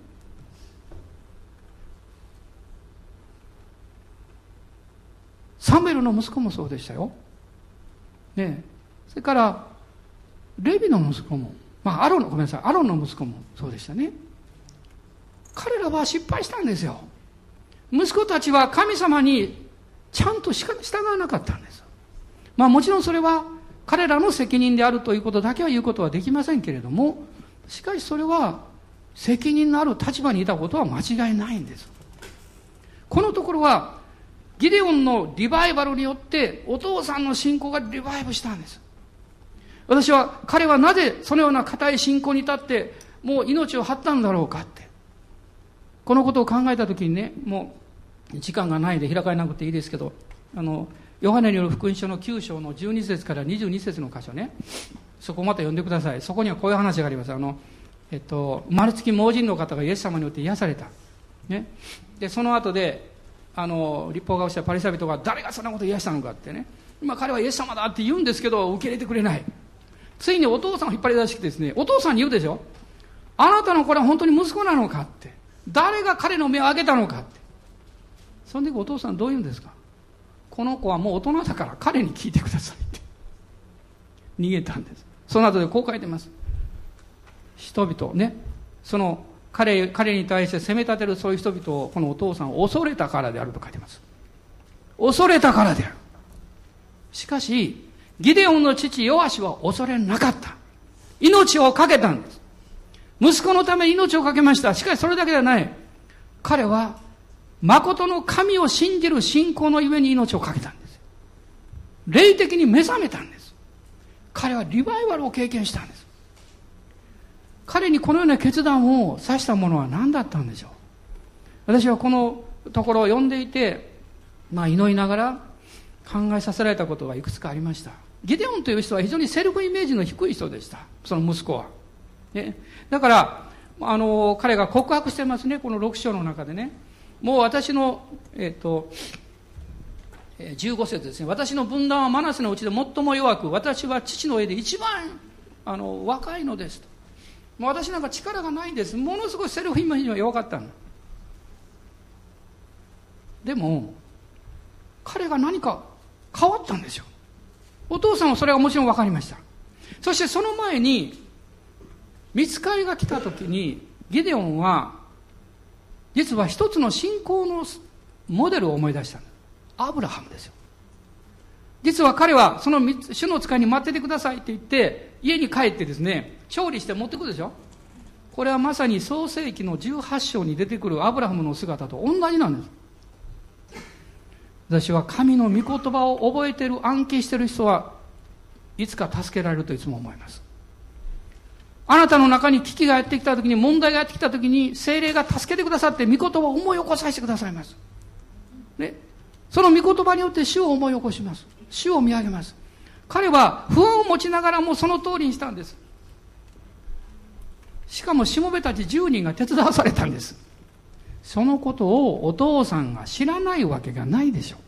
サムエルの息子もそうでしたよ。ね、それからレビの息子も、まあアロンの息子もそうでしたね。彼らは失敗したんですよ。息子たちは神様にちゃんと従わなかったんです。まあもちろんそれは彼らの責任であるということだけは言うことはできませんけれども、しかしそれは責任のある立場にいたことは間違いないんです。このところはギデオンのリバイバルによってお父さんの信仰がリバイブしたんです。私は彼はなぜそのような固い信仰に立ってもう命を張ったんだろうかって、このことを考えたときにね、もう時間がないで開かれなくていいですけど、ヨハネによる福音書の9章の12節から22節の箇所ね、そこまた読んでください。そこにはこういう話があります。生まれつき盲人の方がイエス様によって癒された。ね。で、その後で、立法学者パリサイ人が誰がそんなことを癒したのかってね、今彼はイエス様だって言うんですけど、受け入れてくれない。ついにお父さんを引っ張り出してきてですね、お父さんに言うでしょ。あなたのこれは本当に息子なのかって。誰が彼の目を開けたのかって。その時お父さんどう言うんですか。この子はもう大人だから彼に聞いてくださいって逃げたんです。その後でこう書いてます。人々ね、その彼に対して責め立てるそういう人々をこのお父さんを恐れたからであると書いてます。恐れたからである。しかしギデオンの父ヨアシは恐れなかった。命を懸けたんです。息子のために命を懸けました。しかしそれだけではない。彼は誠の神を信じる信仰のゆえに命を懸けたんです。霊的に目覚めたんです。彼はリバイバルを経験したんです。彼にこのような決断をさしたものは何だったんでしょう。私はこのところを読んでいて、祈りながら考えさせられたことがいくつかありました。ギデオンという人は非常にセルフイメージの低い人でした。その息子は。ね、だから、彼が告白してますね、この6章の中でね。もう私の、15節ですね。私の分断はマナセのうちで最も弱く、私は父の家で一番、若いのですと。もう私なんか力がないんです。ものすごいセルフイメージが弱かったの。でも、彼が何か変わったんですよ。お父さんはそれはもちろん分かりました。そしてその前に、見つかりが来た時に、ギデオンは、実は一つの信仰のモデルを思い出した。アブラハムですよ。 実は彼はその主の使いに待っててくださいって言って家に帰ってですね、調理して持ってくるでしょ。これはまさに創世記の18章に出てくるアブラハムの姿と同じなんです。私は神の御言葉を覚えている、暗記している人はいつか助けられるといつも思います。あなたの中に危機がやってきたときに、問題がやってきたときに、聖霊が助けてくださって御言葉を思い起こさせてくださいます。ね、その御言葉によって主を思い起こします。主を見上げます。彼は不安を持ちながらもその通りにしたんです。しかもしもべたち10人が手伝わされたんです。そのことをお父さんが知らないわけがないでしょ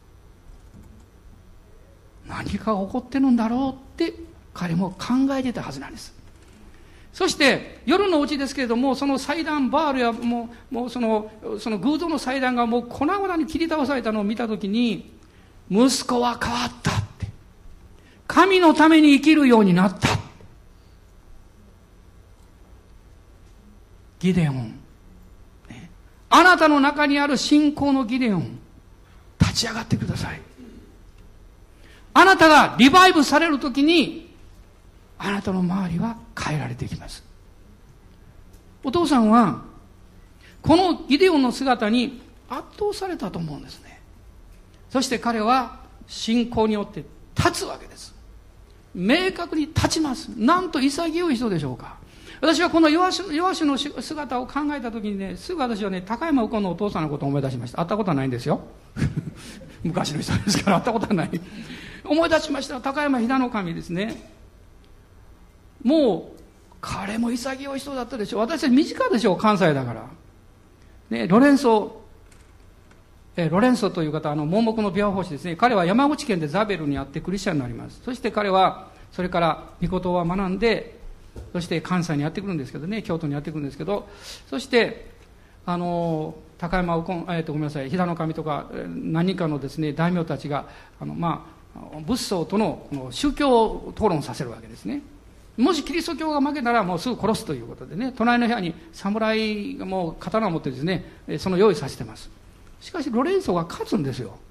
う。何かが起こってるんだろうって彼も考えてたはずなんです。そして夜のうちですけれども、その祭壇バールやもうその偶像の祭壇がもう粉々に切り倒されたのを見たときに、息子は変わったって、神のために生きるようになった。ギデオン、あなたの中にある信仰のギデオン、立ち上がってください。あなたがリバイブされるときに、あなたの周りは変えられていきます。お父さんはこのギデオンの姿に圧倒されたと思うんですね。そして彼は信仰によって立つわけです。明確に立ちます。なんと潔い人でしょうか。私はこのヨアシの姿を考えたときにね、すぐ私はね、高山右近のお父さんのことを思い出しました。会ったことはないんですよ昔の人ですから会ったことはない思い出しました。高山飛騨の神ですね。もう彼も潔い人だったでしょう。私は身近でしょう、関西だからね。ロレンソという方、盲目の琵琶法師ですね。彼は山口県でザベルにあってクリスチャンになります。そして彼はそれから御言葉を学んで、そして関西にやってくるんですけどね、京都にやってくるんですけど、そして高山右近、ごめんなさい、飛騨の神とか何人かのですね大名たちが仏僧との宗教討論させるわけですね。もしキリスト教が負けたらもうすぐ殺すということでね、隣の部屋に侍がもう刀を持ってですね、その用意させてます。しかしロレンソが勝つんですよ。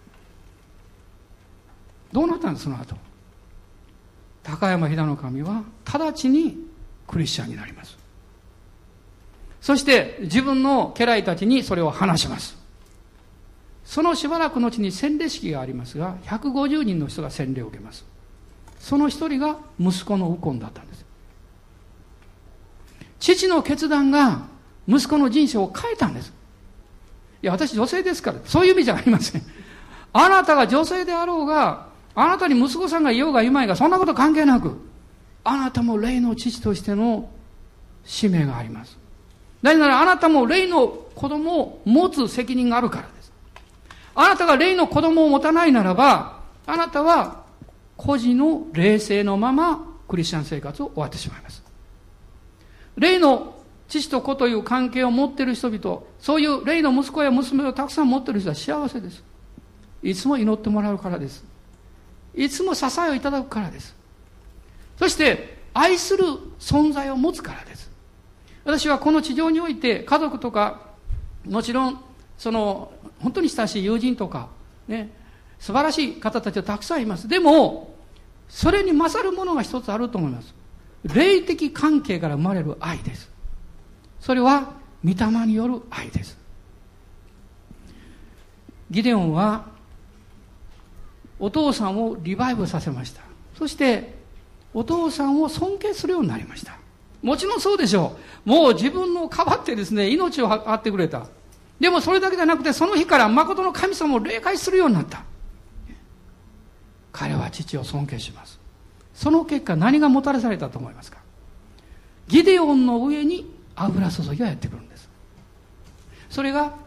どうなったんです、その後。高山飛騨の神は直ちにクリスチャンになります。そして自分の家来たちにそれを話します。そのしばらくのうちに洗礼式がありますが、150人の人が洗礼を受けます。その一人が息子の右近だったんです。父の決断が息子の人生を変えたんです。いや、私女性ですから、そういう意味じゃありません。あなたが女性であろうが、あなたに息子さんがいようがいまいが、そんなこと関係なく、あなたも霊の父としての使命があります。なぜならあなたも霊の子供を持つ責任があるからです。あなたが霊の子供を持たないならば、あなたは孤児の霊性のままクリスチャン生活を終わってしまいます。霊の父と子という関係を持っている人々、そういう霊の息子や娘をたくさん持っている人は幸せです。いつも祈ってもらうからです。いつも支えをいただくからです。そして愛する存在を持つからです。私はこの地上において家族とか、もちろん本当に親しい友人とかね、素晴らしい方たちはたくさんいます。でもそれに勝るものが一つあると思います。霊的関係から生まれる愛です。それは御霊による愛です。ギデオンはお父さんをリバイブさせました。そしてお父さんを尊敬するようになりました。もちろんそうでしょう。もう自分のかばってですね、命を張ってくれた。でもそれだけじゃなくて、その日から誠の神様を礼拝するようになった。彼は父を尊敬します。その結果何がもたらされたと思いますか。ギデオンの上に油注ぎがやってくるんです。それが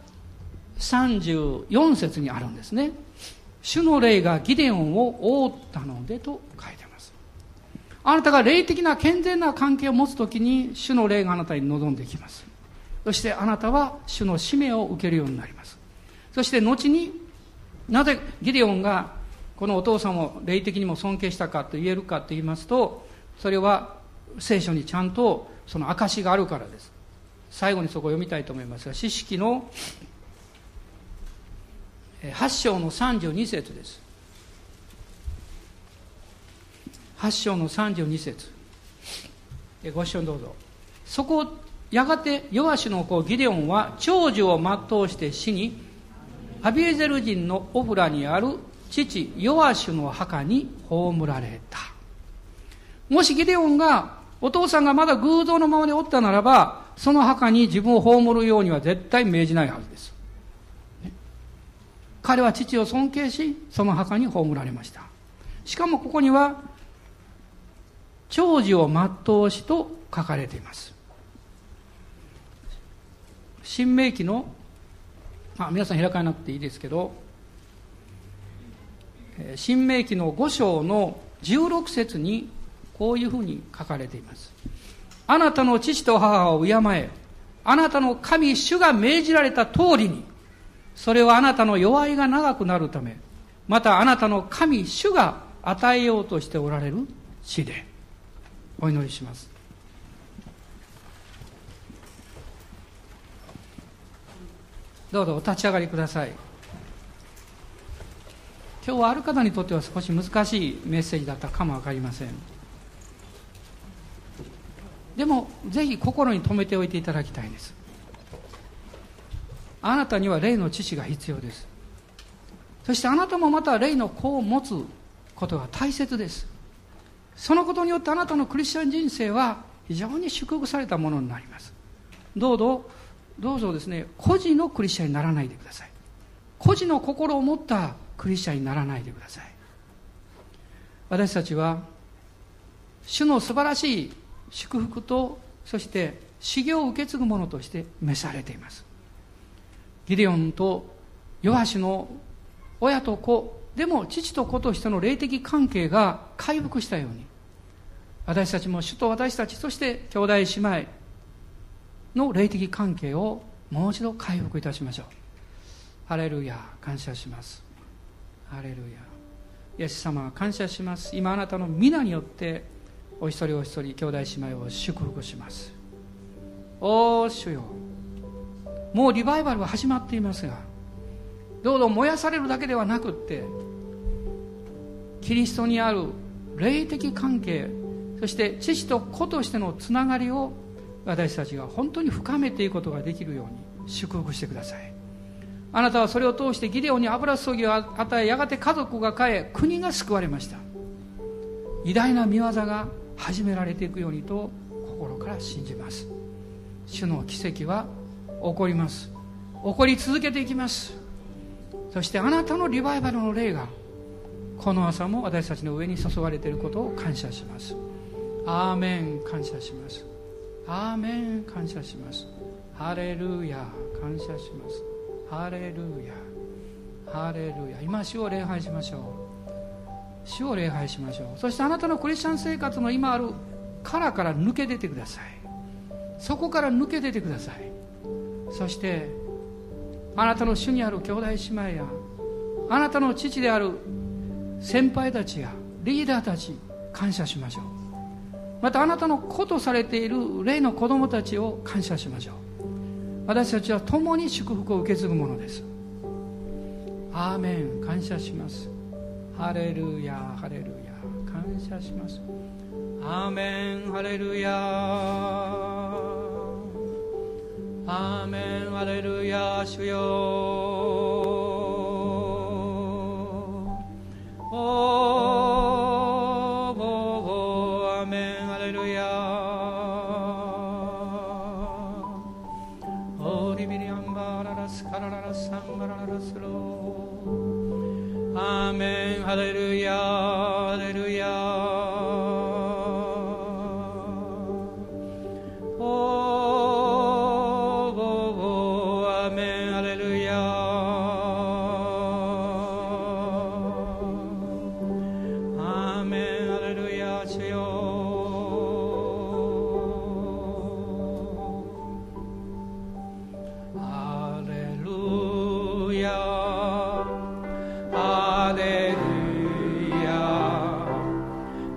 34節にあるんですね。主の霊がギデオンを覆ったのでと書いてます。あなたが霊的な健全な関係を持つときに、主の霊があなたに臨んできます。そしてあなたは主の使命を受けるようになります。そして後に、なぜギデオンがこのお父さんを霊的にも尊敬したかと言えるかと言いますと、それは聖書にちゃんとその証があるからです。最後にそこを読みたいと思いますが、士式の8章の32節です。 8章の32節、ご一緒にどうぞ。そこやがてヨアシュの子ギデオンは長寿を全うして死に、アビエゼル人のオフラにある父ヨアシュの墓に葬られた。もしギデオンがお父さんがまだ偶像のままでおったならば、その墓に自分を葬るようには絶対命じないはずです。彼は父を尊敬し、その墓に葬られました。しかもここには長寿を全うしと書かれています。新明記の皆さん開かなくていいですけど、新明記の5章の16節にこういうふうに書かれています。あなたの父と母を敬え、あなたの神主が命じられた通りに、それはあなたの弱いが長くなるため、またあなたの神主が与えようとしておられる地で。お祈りします。どうぞお立ち上がりください。今日はある方にとっては少し難しいメッセージだったかもわかりません。でもぜひ心に留めておいていただきたいです。あなたには霊の父が必要です。そしてあなたもまた霊の子を持つことが大切です。そのことによってあなたのクリスチャン人生は非常に祝福されたものになります。どうぞですね、孤児のクリスチャンにならないでください。孤児の心を持ったクリスチャンにならないでください。私たちは主の素晴らしい祝福と、そして修行を受け継ぐ者として召されています。ギデオンとヨアシュの親と子でも父と子としての霊的関係が回復したように、私たちも主と私たち、そして兄弟姉妹の霊的関係をもう一度回復いたしましょう。ハレルヤ、感謝します。ハレルヤ、イエス様感謝します。今あなたの皆によってお一人お一人兄弟姉妹を祝福します。おー主よ、もうリバイバルは始まっていますが、どうぞ燃やされるだけではなくって、キリストにある霊的関係、そして父と子としてのつながりを私たちが本当に深めていくことができるように祝福してください。あなたはそれを通してギデオンに油注ぎを与え、やがて家族が変え、国が救われました。偉大な御業が始められていくようにと心から信じます。主の奇跡は起こります。起こり続けていきます。そしてあなたのリバイバルの霊がこの朝も私たちの上に注がれていることを感謝します。アーメン、感謝します。アーメン、感謝します。ハレルヤ、感謝します。ハレルヤ、ハレルヤ。今主を礼拝しましょう。主を礼拝しましょう。そしてあなたのクリスチャン生活の今ある殻から抜け出てください。そこから抜け出てください。そしてあなたの主にある兄弟姉妹や、あなたの父である先輩たちやリーダーたち、感謝しましょう。またあなたの子とされている霊の子供たちを感謝しましょう。私たちは共に祝福を受け継ぐものです。アーメン、感謝します。ハレルヤ、ハレルヤ、感謝します。アーメン、ハレルヤ、アーメン、ハレルヤ、主よ、アーメン、ハレルヤ、オリビリアンバララスカラララサンバラララスロー、アーメン、ハレルヤ、ハレルヤ、ハ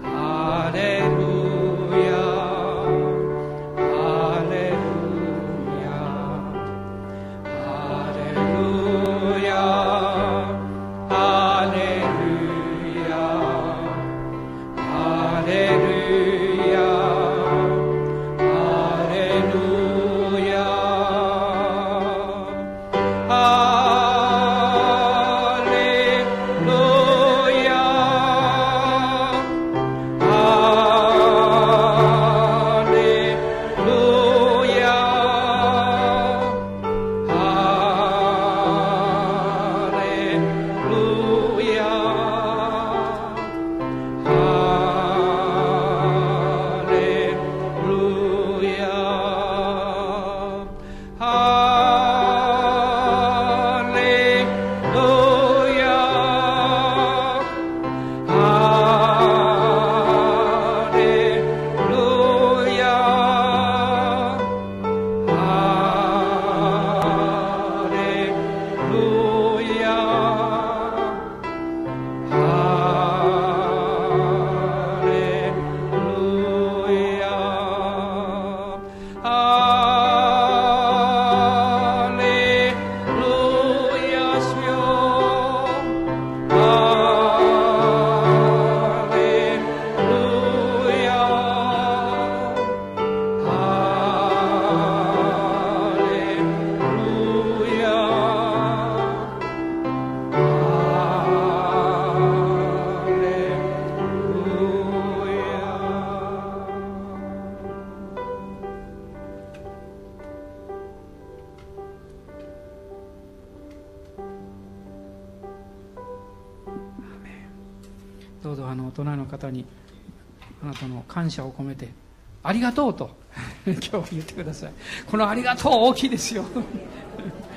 どうぞ隣の方にあなたの感謝を込めてありがとうと今日言ってください。このありがとう大きいですよ